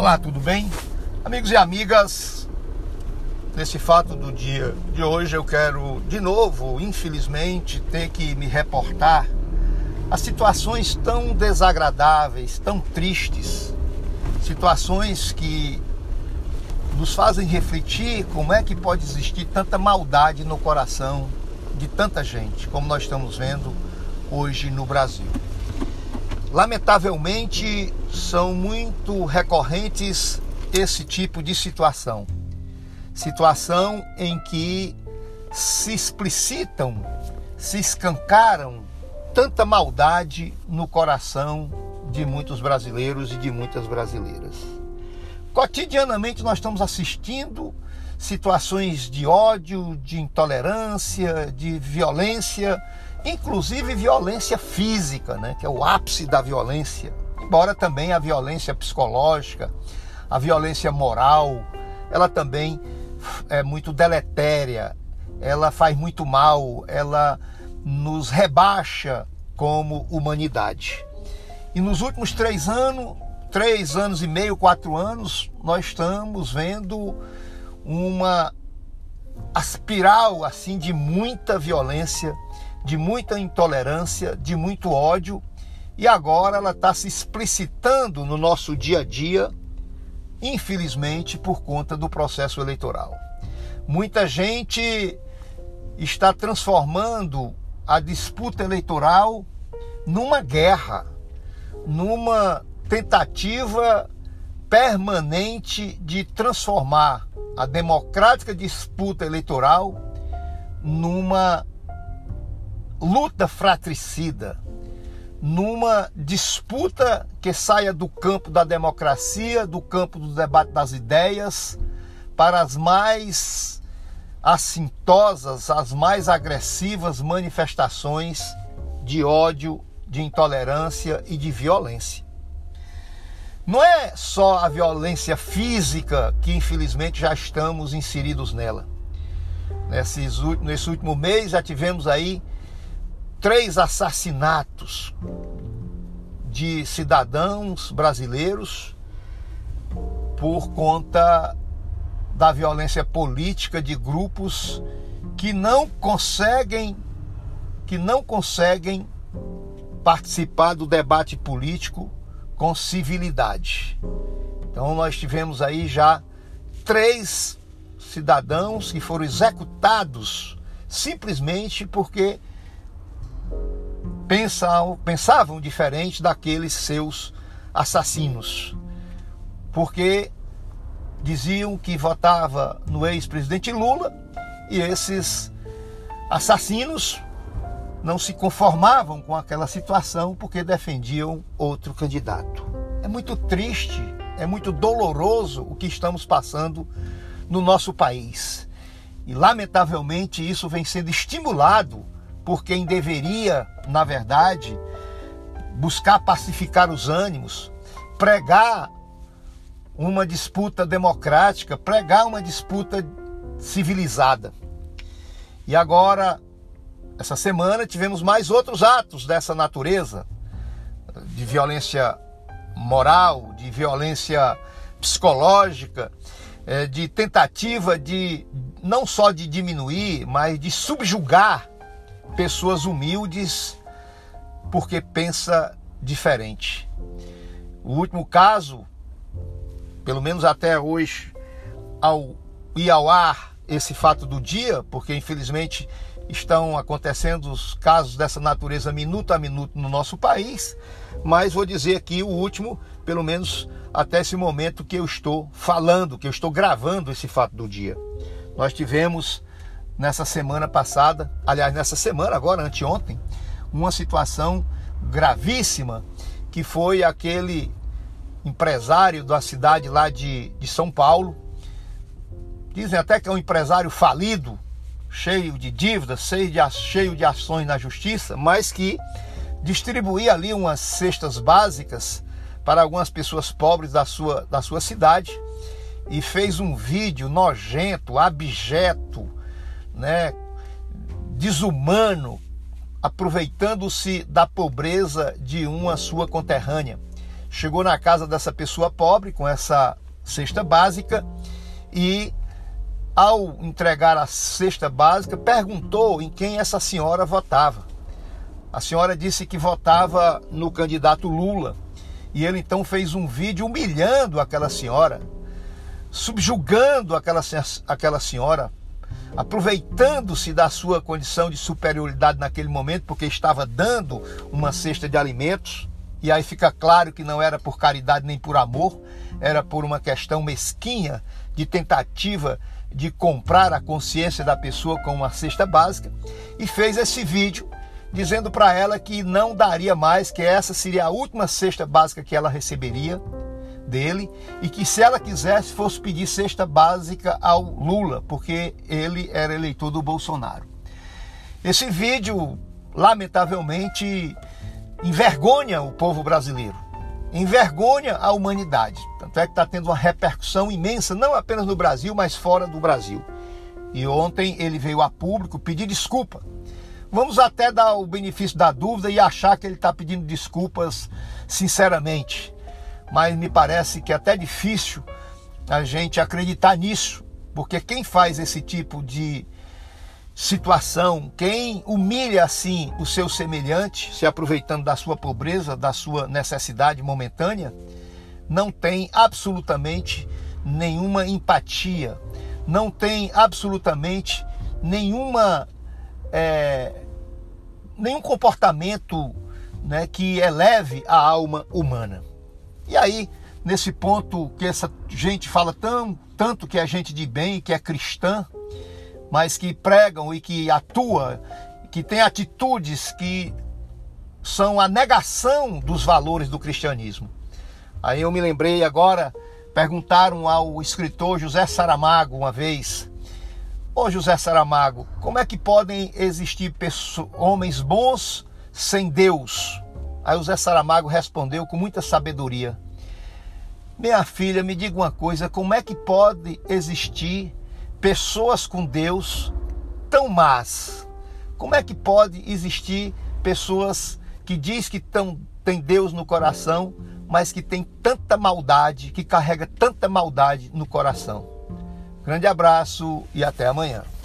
Olá, tudo bem? Amigos e amigas, nesse fato do dia de hoje eu quero de novo, infelizmente, ter que me reportar a situações tão desagradáveis, tão tristes, situações que nos fazem refletir como é que pode existir tanta maldade no coração de tanta gente, como nós estamos vendo hoje no Brasil. Lamentavelmente, são muito recorrentes esse tipo de situação. Situação em que se explicitam, se escancaram tanta maldade no coração de muitos brasileiros e de muitas brasileiras. Cotidianamente nós estamos assistindo situações de ódio, de intolerância, de violência, inclusive violência física, né, que é o ápice da violência, embora também a violência psicológica, a violência moral, ela também é muito deletéria, ela faz muito mal, ela nos rebaixa como humanidade. E nos últimos 3 anos e meio, 4 anos, nós estamos vendo uma espiral assim de muita violência, de muita intolerância, de muito ódio, e agora ela está se explicitando no nosso dia a dia, infelizmente, por conta do processo eleitoral. Muita gente está transformando a disputa eleitoral numa guerra, numa tentativa permanente de transformar a democrática disputa eleitoral numa luta fratricida, numa disputa que saia do campo da democracia, do campo do debate das ideias, para as mais assintosas, as mais agressivas manifestações de ódio, de intolerância e de violência. Não é só a violência física que infelizmente já estamos inseridos nela. Nesse último mês já tivemos aí 3 assassinatos de cidadãos brasileiros por conta da violência política de grupos que não conseguem participar do debate político com civilidade. Então nós tivemos aí já 3 cidadãos que foram executados simplesmente porque pensavam diferente daqueles seus assassinos, porque diziam que votava no ex-presidente Lula, e esses assassinos não se conformavam com aquela situação porque defendiam outro candidato. É muito triste, é muito doloroso o que estamos passando no nosso país. E lamentavelmente isso vem sendo estimulado por quem deveria, na verdade, buscar pacificar os ânimos, pregar uma disputa democrática, pregar uma disputa civilizada. E agora, essa semana, tivemos mais outros atos dessa natureza, de violência moral, de violência psicológica, de tentativa de não só de diminuir, mas de subjugar pessoas humildes porque pensa diferente. O último caso, pelo menos até hoje, ao ir ao ar esse fato do dia, porque infelizmente estão acontecendo os casos dessa natureza minuto a minuto no nosso país, mas vou dizer aqui o último, pelo menos até esse momento que eu estou falando, que eu estou gravando esse fato do dia. Nós tivemos nessa semana passada, aliás, nessa semana agora, anteontem, uma situação gravíssima, que foi aquele empresário da cidade lá de São Paulo, dizem até que é um empresário falido, cheio de dívidas, cheio de ações na justiça, mas que distribuía ali umas cestas básicas para algumas pessoas pobres da sua cidade, e fez um vídeo nojento, abjeto, né, desumano, aproveitando-se da pobreza de uma sua conterrânea, chegou na casa dessa pessoa pobre com essa cesta básica e, ao entregar a cesta básica, perguntou em quem essa senhora votava. A senhora disse que votava no candidato Lula e ele então fez um vídeo humilhando aquela senhora, subjugando aquela senhora, aproveitando-se da sua condição de superioridade naquele momento, porque estava dando uma cesta de alimentos. E aí fica claro que não era por caridade nem por amor, era por uma questão mesquinha de tentativa de comprar a consciência da pessoa com uma cesta básica, e fez esse vídeo dizendo para ela que não daria mais, que essa seria a última cesta básica que ela receberia dele, e que se ela quisesse fosse pedir cesta básica ao Lula, porque ele era eleitor do Bolsonaro. Esse vídeo, lamentavelmente, envergonha o povo brasileiro, envergonha a humanidade. Tanto é que está tendo uma repercussão imensa, não apenas no Brasil, mas fora do Brasil. E ontem ele veio a público pedir desculpa. Vamos até dar o benefício da dúvida e achar que ele está pedindo desculpas sinceramente. Mas me parece que é até difícil a gente acreditar nisso, porque quem faz esse tipo de situação, quem humilha assim o seu semelhante, se aproveitando da sua pobreza, da sua necessidade momentânea, não tem absolutamente nenhuma empatia, não tem absolutamente nenhum comportamento, né, que eleve a alma humana. E aí, nesse ponto que essa gente fala tanto que é gente de bem, que é cristã, mas que pregam e que atua, que tem atitudes que são a negação dos valores do cristianismo. Aí eu me lembrei agora, perguntaram ao escritor José Saramago uma vez: ô José Saramago, como é que podem existir homens bons sem Deus? Aí o José Saramago respondeu com muita sabedoria: minha filha, me diga uma coisa, como é que pode existir pessoas com Deus tão más? Como é que pode existir pessoas que diz que tem Deus no coração, mas que tem tanta maldade, que carrega tanta maldade no coração? Grande abraço e até amanhã.